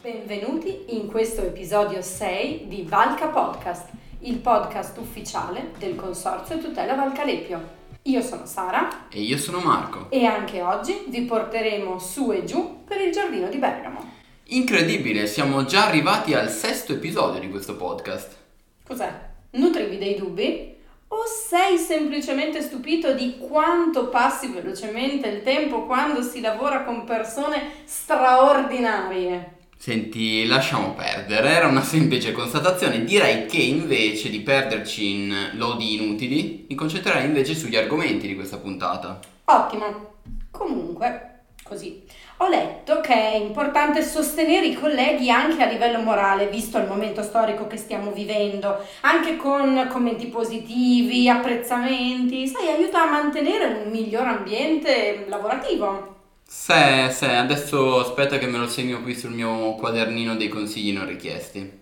Benvenuti in questo episodio 6 di Valca Podcast, il podcast ufficiale del Consorzio Tutela Valcalepio. Io sono Sara. E io sono Marco. E anche oggi vi porteremo su e giù per il giardino di Bergamo. Incredibile, siamo già arrivati al 6º episodio di questo podcast. Cos'è? Nutrivi dei dubbi? O sei semplicemente stupito di quanto passi velocemente il tempo quando si lavora con persone straordinarie? Senti, lasciamo perdere, era una semplice constatazione. Direi che invece di perderci in lodi inutili, mi concentrerei invece sugli argomenti di questa puntata. Ottimo. Comunque, così, ho letto che è importante sostenere i colleghi anche a livello morale, visto il momento storico che stiamo vivendo, anche con commenti positivi, apprezzamenti, sai, aiuta a mantenere un miglior ambiente lavorativo. Se, adesso aspetta che me lo segno qui sul mio quadernino dei consigli non richiesti.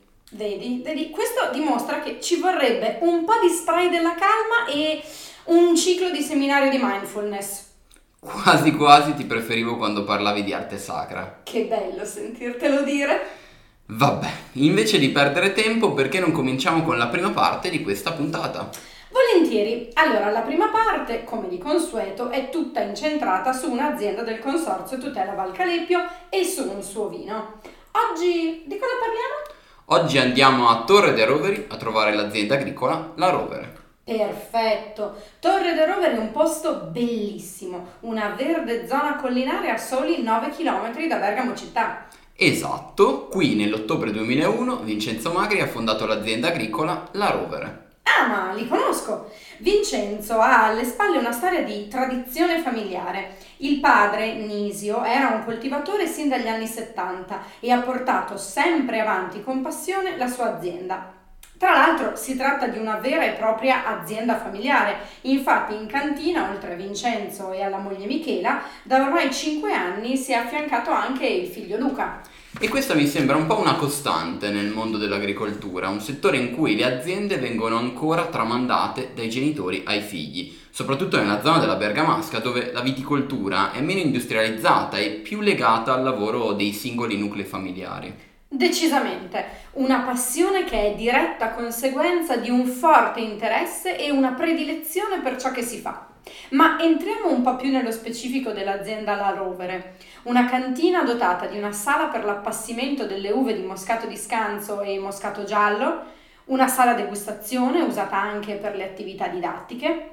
Vedi, questo dimostra che ci vorrebbe un po' di spray della calma e un ciclo di seminario di mindfulness. Quasi quasi ti preferivo quando parlavi di arte sacra. Che bello sentirtelo dire. Vabbè, invece di perdere tempo, perché non cominciamo con la prima parte di questa puntata? Volentieri. Allora, la prima parte, come di consueto, è tutta incentrata su un'azienda del Consorzio Tutela Valcalepio e su un suo vino. Oggi di cosa parliamo? Oggi andiamo a Torre de' Roveri a trovare l'azienda agricola La Rovere. Perfetto! Torre de' Rovere è un posto bellissimo, una verde zona collinare a soli 9 km da Bergamo città. Esatto, qui nell'ottobre 2001 Vincenzo Magri ha fondato l'azienda agricola La Rovere. Ah, ma li conosco! Vincenzo ha alle spalle una storia di tradizione familiare. Il padre, Nisio, era un coltivatore sin dagli anni 70 e ha portato sempre avanti con passione la sua azienda. Tra l'altro si tratta di una vera e propria azienda familiare, infatti in cantina, oltre a Vincenzo e alla moglie Michela, da ormai 5 anni si è affiancato anche il figlio Luca. E questa mi sembra un po' una costante nel mondo dell'agricoltura, un settore in cui le aziende vengono ancora tramandate dai genitori ai figli, soprattutto nella zona della Bergamasca, dove la viticoltura è meno industrializzata e più legata al lavoro dei singoli nuclei familiari. Decisamente, una passione che è diretta conseguenza di un forte interesse e una predilezione per ciò che si fa. Ma entriamo un po' più nello specifico dell'azienda La Rovere, una cantina dotata di una sala per l'appassimento delle uve di Moscato di Scanzo e Moscato Giallo, una sala degustazione usata anche per le attività didattiche,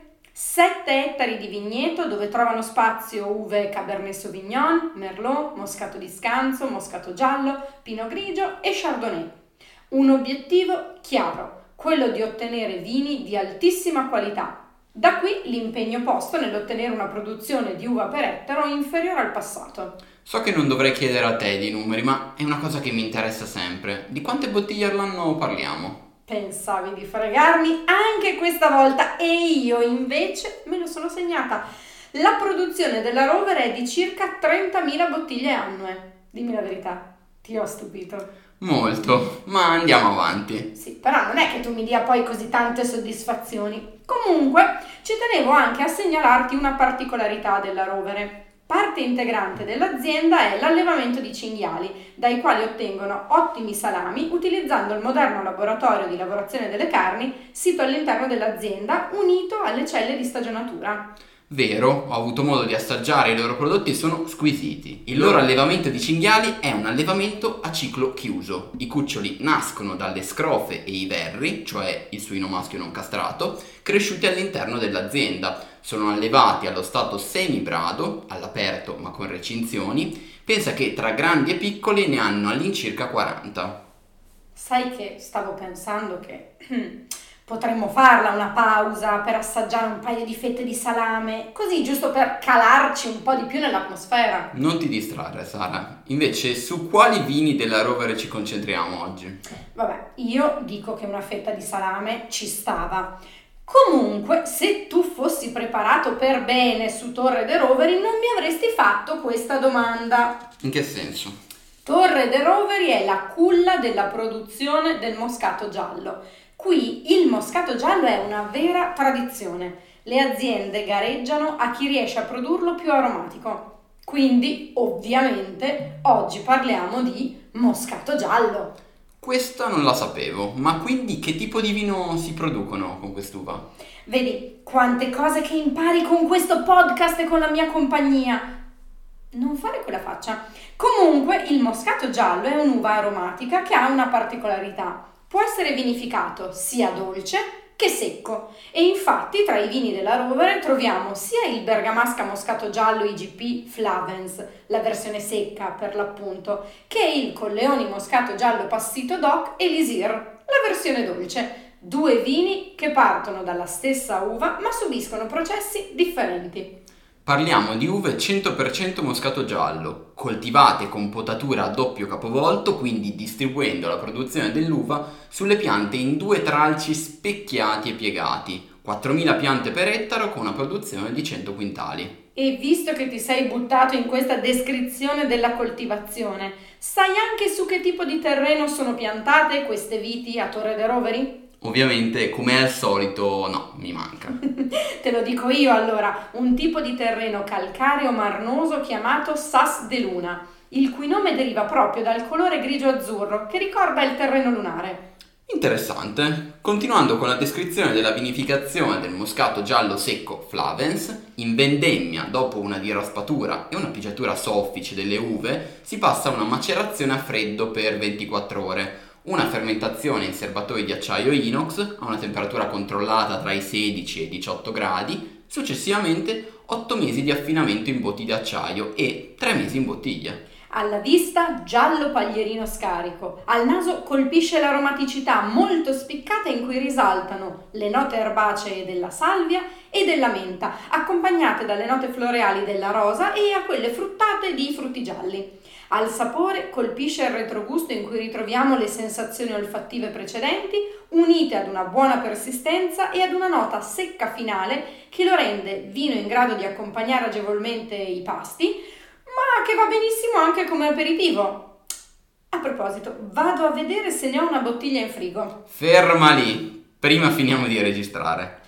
7 ettari di vigneto dove trovano spazio uve Cabernet Sauvignon, Merlot, Moscato di Scanzo, Moscato Giallo, Pinot Grigio e Chardonnay. Un obiettivo chiaro, quello di ottenere vini di altissima qualità. Da qui l'impegno posto nell'ottenere una produzione di uva per ettaro inferiore al passato. So che non dovrei chiedere a te di numeri, ma è una cosa che mi interessa sempre. Di quante bottiglie all'anno parliamo? Pensavi di fregarmi anche questa volta e io invece me lo sono segnata. La produzione della Rovere è di circa 30.000 bottiglie annue. Dimmi la verità, ti ho stupito. Molto, ma andiamo avanti. Sì, però non è che tu mi dia poi così tante soddisfazioni. Comunque, ci tenevo anche a segnalarti una particolarità della Rovere. Parte integrante dell'azienda è l'allevamento di cinghiali, dai quali ottengono ottimi salami utilizzando il moderno laboratorio di lavorazione delle carni sito all'interno dell'azienda unito alle celle di stagionatura. Vero, ho avuto modo di assaggiare i loro prodotti e sono squisiti. Il loro allevamento di cinghiali è un allevamento a ciclo chiuso. I cuccioli nascono dalle scrofe e i verri, cioè il suino maschio non castrato, cresciuti all'interno dell'azienda. Sono allevati allo stato semibrado, all'aperto ma con recinzioni. Pensa che tra grandi e piccoli ne hanno all'incirca 40. Sai che stavo pensando che potremmo farla una pausa per assaggiare un paio di fette di salame, così giusto per calarci un po' di più nell'atmosfera. Non ti distrarre, Sara. Invece, su quali vini della Rovere ci concentriamo oggi? Vabbè, io dico che una fetta di salame ci stava. Comunque, se tu fossi preparato per bene su Torre de' Roveri, non mi avresti fatto questa domanda. In che senso? Torre de' Roveri è la culla della produzione del moscato giallo. Qui il moscato giallo è una vera tradizione. Le aziende gareggiano a chi riesce a produrlo più aromatico. Quindi, ovviamente, oggi parliamo di Moscato Giallo. Questa non la sapevo, ma quindi che tipo di vino si producono con quest'uva? Vedi quante cose che impari con questo podcast e con la mia compagnia. Non fare quella faccia. Comunque, il Moscato Giallo è un'uva aromatica che ha una particolarità. Può essere vinificato sia dolce che secco, e infatti tra i vini della Rovere troviamo sia il Bergamasca Moscato Giallo IGP Flavens, la versione secca per l'appunto, che il Colleoni Moscato Giallo Passito DOC Elisir, la versione dolce. Due vini che partono dalla stessa uva ma subiscono processi differenti. Parliamo di uve 100% moscato giallo, coltivate con potatura a doppio capovolto, quindi distribuendo la produzione dell'uva sulle piante in 2 tralci specchiati e piegati, 4.000 piante per ettaro con una produzione di 100 quintali. E visto che ti sei buttato in questa descrizione della coltivazione, sai anche su che tipo di terreno sono piantate queste viti a Torre de' Roveri? Ovviamente, come al solito, no, mi manca. Te lo dico io allora, un tipo di terreno calcareo marnoso chiamato Sas de Luna, il cui nome deriva proprio dal colore grigio-azzurro che ricorda il terreno lunare. Interessante. Continuando con la descrizione della vinificazione del moscato giallo secco Flavens, in vendemmia, dopo una diraspatura e una pigiatura soffice delle uve, si passa a una macerazione a freddo per 24 ore, una fermentazione in serbatoi di acciaio inox a una temperatura controllata tra i 16 e i 18 gradi, successivamente 8 mesi di affinamento in botti di acciaio e 3 mesi in bottiglia. Alla vista giallo paglierino scarico, al naso colpisce l'aromaticità molto spiccata in cui risaltano le note erbacee della salvia e della menta, accompagnate dalle note floreali della rosa e a quelle fruttate di frutti gialli. Al sapore colpisce il retrogusto in cui ritroviamo le sensazioni olfattive precedenti, unite ad una buona persistenza e ad una nota secca finale che lo rende vino in grado di accompagnare agevolmente i pasti, ma che va benissimo anche come aperitivo. A proposito, vado a vedere se ne ho una bottiglia in frigo. Ferma lì, prima finiamo di registrare.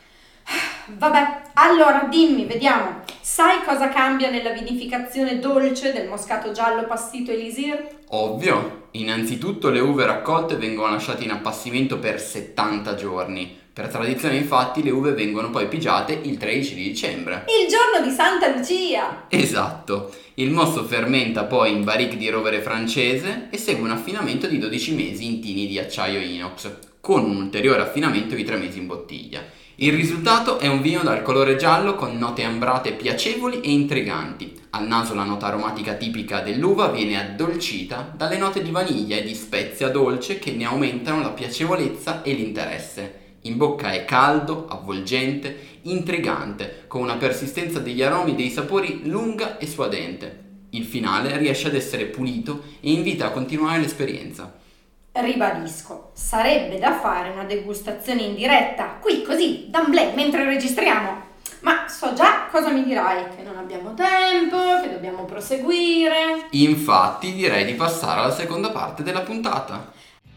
Vabbè, allora dimmi, vediamo. Sai cosa cambia nella vinificazione dolce del moscato giallo passito Elisir? Ovvio, innanzitutto le uve raccolte vengono lasciate in appassimento per 70 giorni. Per tradizione infatti le uve vengono poi pigiate il 13 di dicembre. Il giorno di Santa Lucia! Esatto, il mosto fermenta poi in barrique di rovere francese e segue un affinamento di 12 mesi in tini di acciaio inox, con un ulteriore affinamento di 3 mesi in bottiglia. Il risultato è un vino dal colore giallo con note ambrate piacevoli e intriganti. Al naso la nota aromatica tipica dell'uva viene addolcita dalle note di vaniglia e di spezia dolce che ne aumentano la piacevolezza e l'interesse. In bocca è caldo, avvolgente, intrigante, con una persistenza degli aromi e dei sapori lunga e suadente. Il finale riesce ad essere pulito e invita a continuare l'esperienza. Ribadisco, sarebbe da fare una degustazione in diretta, qui così, d'amblè, mentre registriamo. Ma so già cosa mi dirai, che non abbiamo tempo, che dobbiamo proseguire. Infatti direi di passare alla seconda parte della puntata.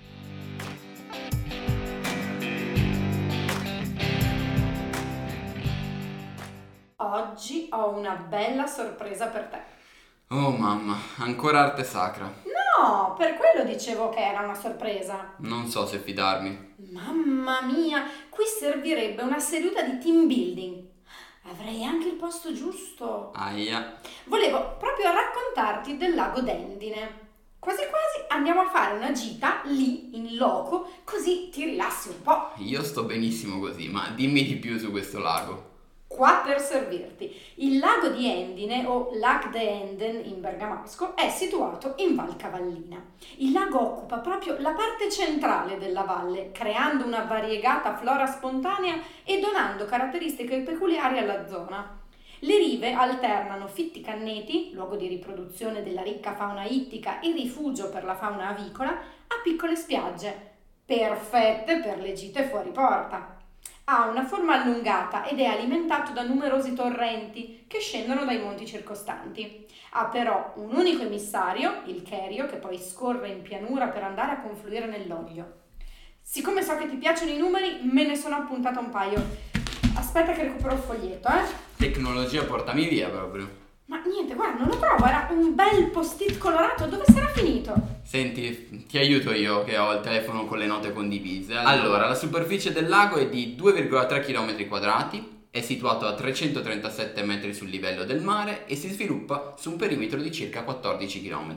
Oggi ho una bella sorpresa per te. Oh mamma, ancora arte sacra. No, per quello dicevo che era una sorpresa. Non so se fidarmi. Mamma mia, qui servirebbe una seduta di team building. Avrei anche il posto giusto. Aia. Volevo proprio raccontarti del lago d'Endine. Quasi quasi andiamo a fare una gita lì, in loco, così ti rilassi un po'. Io sto benissimo così, ma dimmi di più su questo lago. Qua per servirti. Il lago di Endine, o Lac de Enden in bergamasco, è situato in Val Cavallina. Il lago occupa proprio la parte centrale della valle, creando una variegata flora spontanea e donando caratteristiche peculiari alla zona. Le rive alternano fitti canneti, luogo di riproduzione della ricca fauna ittica e rifugio per la fauna avicola, a piccole spiagge, perfette per le gite fuori porta. Ha una forma allungata ed è alimentato da numerosi torrenti che scendono dai monti circostanti. Ha però un unico emissario, il Cherio, che poi scorre in pianura per andare a confluire nell'Oglio. Siccome so che ti piacciono i numeri, me ne sono appuntata un paio. Aspetta che recupero il foglietto, Tecnologia portami via proprio. Ma niente, guarda, non lo trovo, era un bel post-it colorato, dove sarà finito? Senti, ti aiuto io che ho il telefono con le note condivise. Allora, la superficie del lago è di 2,3 km quadrati, è situato a 337 metri sul livello del mare e si sviluppa su un perimetro di circa 14 km.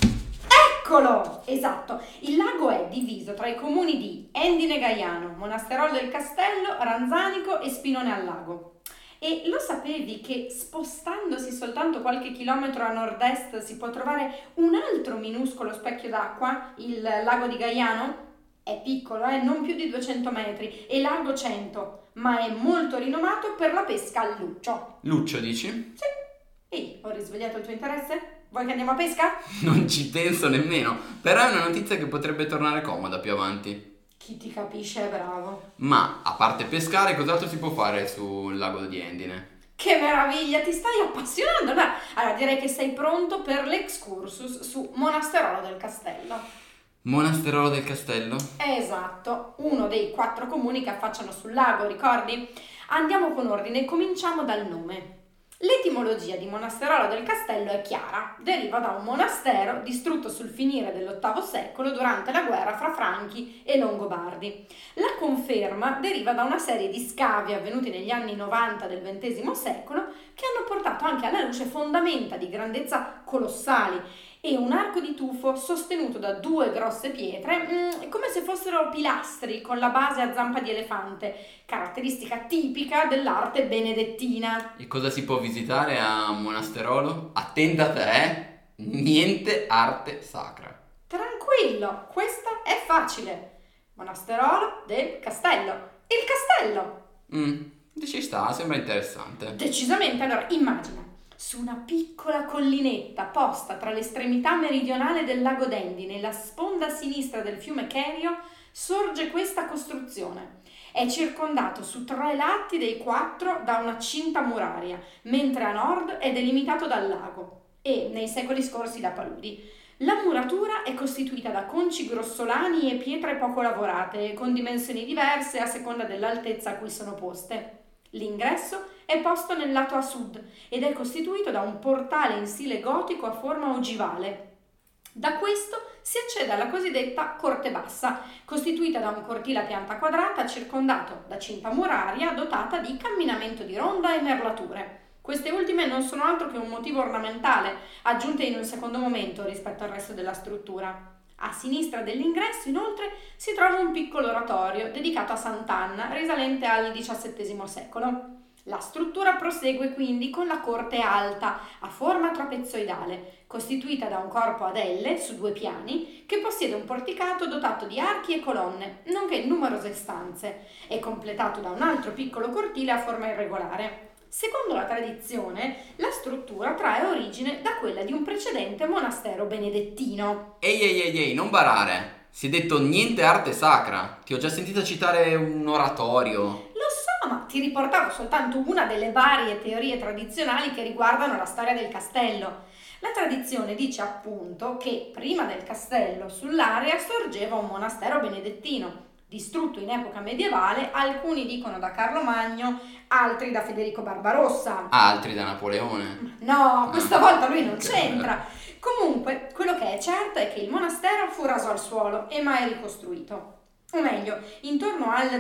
Eccolo! Esatto, il lago è diviso tra i comuni di Endine Gaiano, Monasterolo del Castello, Ranzanico e Spinone al Lago. E lo sapevi che spostandosi soltanto qualche chilometro a nord-est si può trovare un altro minuscolo specchio d'acqua, il lago di Gaiano? È piccolo, non più di 200 metri, e largo 100, ma è molto rinomato per la pesca al luccio. Luccio, dici? Sì. Ehi, ho risvegliato il tuo interesse? Vuoi che andiamo a pesca? Non ci penso nemmeno, però è una notizia che potrebbe tornare comoda più avanti. Chi ti capisce è bravo. Ma, a parte pescare, cos'altro si può fare sul lago di Endine? Che meraviglia, ti stai appassionando! Dai, allora direi che sei pronto per l'excursus su Monasterolo del Castello. Monasterolo del Castello? Esatto, uno dei 4 comuni che affacciano sul lago, ricordi? Andiamo con ordine, cominciamo dal nome. L'etimologia di Monasterolo del Castello è chiara, deriva da un monastero distrutto sul finire dell'VIII secolo durante la guerra fra Franchi e Longobardi. La conferma deriva da una serie di scavi avvenuti negli anni 90 del XX secolo che hanno portato anche alla luce fondamenta di grandezza colossali e un arco di tufo sostenuto da 2 grosse pietre, come se fossero pilastri con la base a zampa di elefante, caratteristica tipica dell'arte benedettina. E cosa si può visitare a Monasterolo? Attenta a te, niente arte sacra. Tranquillo, questa è facile. Monasterolo del Castello. Il castello! Ci sta, sembra interessante. Decisamente, allora immagina. Su una piccola collinetta posta tra l'estremità meridionale del lago d'Endine e la sponda sinistra del fiume Kerio sorge questa costruzione. È circondato su 3 lati dei 4 da una cinta muraria, mentre a nord è delimitato dal lago e, nei secoli scorsi, da paludi. La muratura è costituita da conci grossolani e pietre poco lavorate, con dimensioni diverse a seconda dell'altezza a cui sono poste. L'ingresso è posto nel lato a sud ed è costituito da un portale in stile gotico a forma ogivale. Da questo si accede alla cosiddetta corte bassa, costituita da un cortile a pianta quadrata circondato da cinta muraria dotata di camminamento di ronda e merlature. Queste ultime non sono altro che un motivo ornamentale, aggiunte in un secondo momento rispetto al resto della struttura. A sinistra dell'ingresso, inoltre, si trova un piccolo oratorio dedicato a Sant'Anna, risalente al XVII secolo. La struttura prosegue quindi con la corte alta, a forma trapezoidale, costituita da un corpo ad L su 2 piani, che possiede un porticato dotato di archi e colonne, nonché numerose stanze. È completato da un altro piccolo cortile a forma irregolare. Secondo la tradizione, la struttura trae origine da quella di un precedente monastero benedettino. Ehi, non barare. Si è detto niente arte sacra. Ti ho già sentito citare un oratorio. Lo so, ma ti riportavo soltanto una delle varie teorie tradizionali che riguardano la storia del castello. La tradizione dice appunto che prima del castello sull'area sorgeva un monastero benedettino, distrutto in epoca medievale, alcuni dicono da Carlo Magno, altri da Federico Barbarossa. Altri da Napoleone. No, questa volta lui non c'entra. Comunque, quello che è certo è che il monastero fu raso al suolo e mai ricostruito. O meglio, intorno al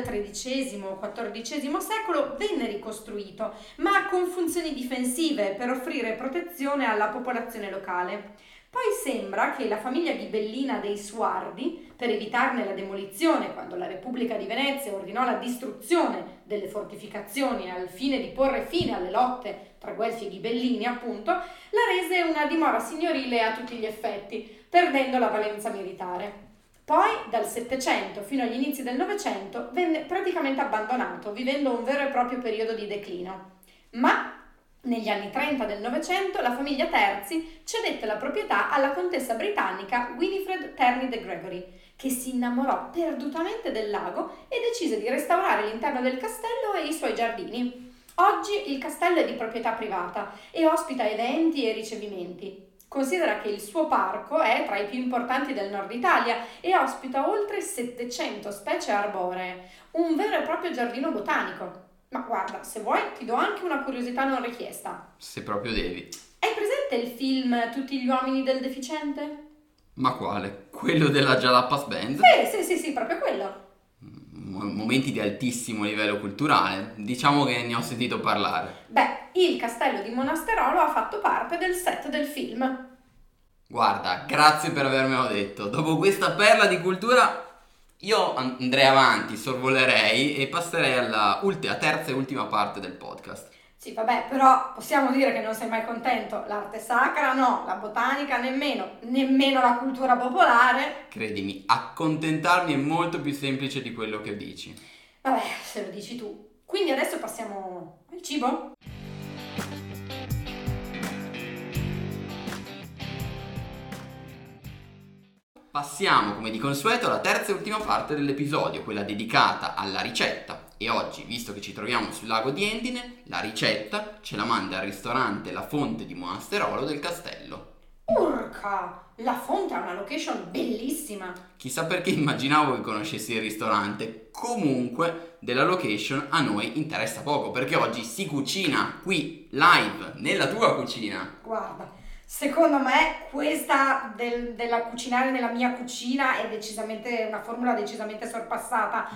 XIII-XIV secolo venne ricostruito, ma con funzioni difensive per offrire protezione alla popolazione locale. Poi sembra che la famiglia ghibellina dei Suardi, per evitarne la demolizione quando la Repubblica di Venezia ordinò la distruzione delle fortificazioni al fine di porre fine alle lotte tra Guelfi e Ghibellini, appunto, la rese una dimora signorile a tutti gli effetti, perdendo la valenza militare. Poi, dal Settecento fino agli inizi del Novecento, venne praticamente abbandonato, vivendo un vero e proprio periodo di declino. Ma negli anni 30 del Novecento la famiglia Terzi cedette la proprietà alla contessa britannica Winifred Terney de Gregory, che si innamorò perdutamente del lago e decise di restaurare l'interno del castello e i suoi giardini. Oggi il castello è di proprietà privata e ospita eventi e ricevimenti. Considera che il suo parco è tra i più importanti del nord Italia e ospita oltre 700 specie arboree, un vero e proprio giardino botanico. Ma guarda, se vuoi ti do anche una curiosità non richiesta. Se proprio devi. Hai presente il film Tutti gli uomini del deficiente? Ma quale? Quello della Jalapas Band? Sì, proprio quello. Momenti di altissimo livello culturale, diciamo che ne ho sentito parlare. Beh, il castello di Monasterolo ha fatto parte del set del film. Guarda, grazie per avermelo detto. Dopo questa perla di cultura io andrei avanti, sorvolerei e passerei alla terza e ultima parte del podcast. Sì, vabbè, però possiamo dire che non sei mai contento. L'arte sacra no, la botanica nemmeno la cultura popolare. Credimi, accontentarmi è molto più semplice di quello che dici. Vabbè, se lo dici tu. Quindi adesso passiamo al cibo? Passiamo, come di consueto, alla terza e ultima parte dell'episodio, quella dedicata alla ricetta. E oggi, visto che ci troviamo sul lago di Endine, la ricetta ce la manda al ristorante La Fonte di Monasterolo del Castello. Urca! La Fonte ha una location bellissima. Chissà perché immaginavo che conoscessi il ristorante. Comunque, della location a noi interessa poco, perché oggi si cucina qui, live, nella tua cucina. Guarda, secondo me questa della cucinare nella mia cucina è decisamente una formula decisamente sorpassata,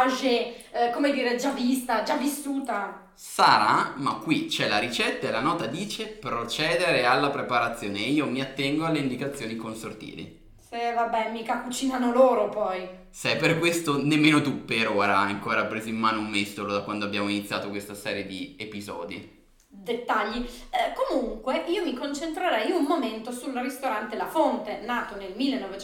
come dire, già vista, già vissuta. Sarà, ma qui c'è la ricetta e la nota dice procedere alla preparazione e io mi attengo alle indicazioni consortili. Se vabbè, mica cucinano loro poi. Se è per questo nemmeno tu per ora hai ancora preso in mano un mestolo da quando abbiamo iniziato questa serie di episodi. Dettagli. Comunque io mi concentrerei un momento sul ristorante La Fonte, nato nel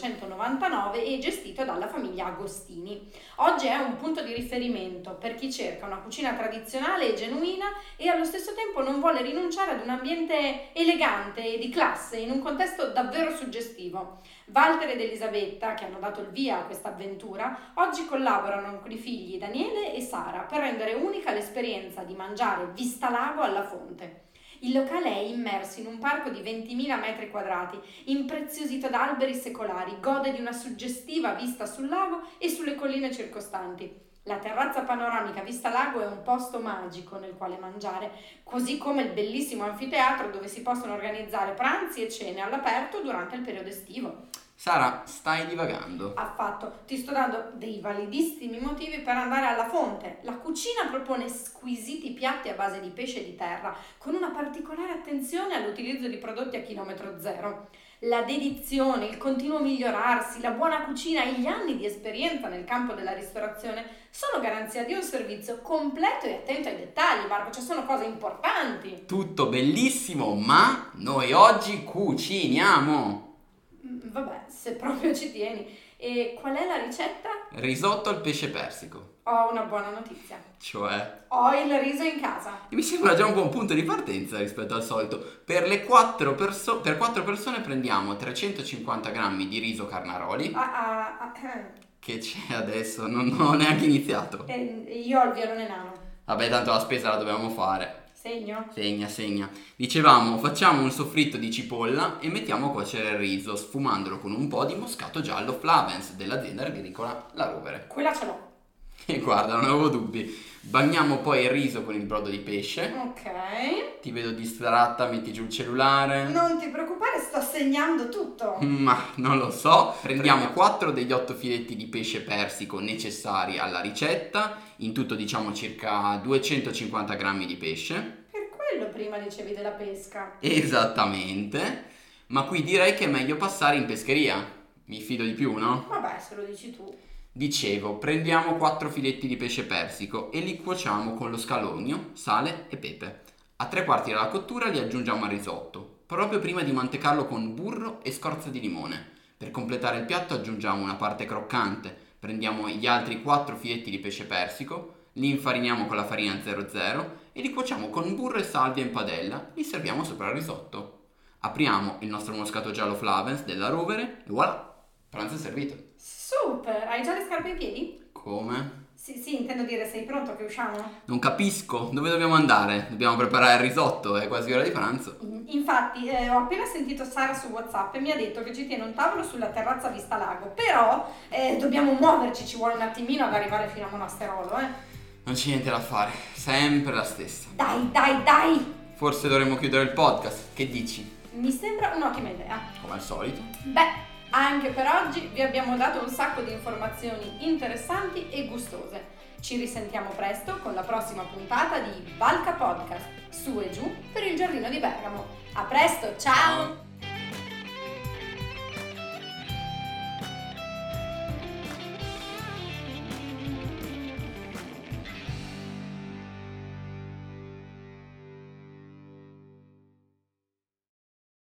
1999 e gestito dalla famiglia Agostini. Oggi è un punto di riferimento per chi cerca una cucina tradizionale e genuina e allo stesso tempo non vuole rinunciare ad un ambiente elegante e di classe in un contesto davvero suggestivo. Walter ed Elisabetta, che hanno dato il via a questa avventura, oggi collaborano con i figli Daniele e Sara per rendere unica l'esperienza di mangiare vista lago alla fonte. Il locale è immerso in un parco di 20.000 metri quadrati, impreziosito da alberi secolari, gode di una suggestiva vista sul lago e sulle colline circostanti. La terrazza panoramica vista lago è un posto magico nel quale mangiare, così come il bellissimo anfiteatro dove si possono organizzare pranzi e cene all'aperto durante il periodo estivo. Sara, stai divagando. Affatto, ti sto dando dei validissimi motivi per andare alla fonte. La cucina propone squisiti piatti a base di pesce di terra, con una particolare attenzione all'utilizzo di prodotti a chilometro zero. La dedizione, il continuo migliorarsi, la buona cucina e gli anni di esperienza nel campo della ristorazione sono garanzia di un servizio completo e attento ai dettagli, Marco, cioè sono cose importanti. Tutto bellissimo, ma noi oggi cuciniamo. Vabbè, se proprio ci tieni. E qual è la ricetta? Risotto al pesce persico. Ho una buona notizia. Cioè? Ho il riso in casa. Mi sembra già un buon punto di partenza rispetto al solito. Per 4 persone prendiamo 350 grammi di riso Carnaroli. Che c'è adesso? Non ho neanche iniziato. Io ho il violone nano. Vabbè, tanto la spesa la dobbiamo fare. Segno? Segna. Dicevamo, facciamo un soffritto di cipolla e mettiamo a cuocere il riso, sfumandolo con un po' di moscato giallo Flavens dell'azienda agricola La Rovere. Quella ce l'ho. E guarda, non avevo dubbi. Bagniamo poi il riso con il brodo di pesce. Ok. Ti vedo distratta, metti giù il cellulare. Non ti preoccupare, sto segnando tutto. Ma non lo so. Prendiamo 4 degli 8 filetti di pesce persico necessari alla ricetta. In tutto diciamo circa 250 grammi di pesce. Per quello prima dicevi della pesca. Esattamente. Ma qui direi che è meglio passare in pescheria. Mi fido di più, no? Vabbè, se lo dici tu. Dicevo, prendiamo 4 filetti di pesce persico e li cuociamo con lo scalogno, sale e pepe. A 3/4 della cottura li aggiungiamo al risotto, proprio prima di mantecarlo con burro e scorza di limone. Per completare il piatto aggiungiamo una parte croccante, prendiamo gli altri 4 filetti di pesce persico, li infariniamo con la farina 00 e li cuociamo con burro e salvia in padella, li serviamo sopra il risotto. Apriamo il nostro moscato giallo Flavens della Rovere e voilà, pranzo è servito. Super, hai già le scarpe ai piedi? Come? Sì, intendo dire, sei pronto che usciamo? Non capisco, dove dobbiamo andare? Dobbiamo preparare il risotto, è quasi ora di pranzo. Infatti, ho appena sentito Sara su WhatsApp e mi ha detto che ci tiene un tavolo sulla terrazza vista lago, però dobbiamo muoverci, ci vuole un attimino ad arrivare fino a Monasterolo, Non c'è niente da fare, sempre la stessa. Dai, forse dovremmo chiudere il podcast. Che dici? Mi sembra un'ottima idea. Come al solito. Beh, anche per oggi vi abbiamo dato un sacco di informazioni interessanti e gustose. Ci risentiamo presto con la prossima puntata di Valka Podcast, su e giù per il giardino di Bergamo. A presto, ciao!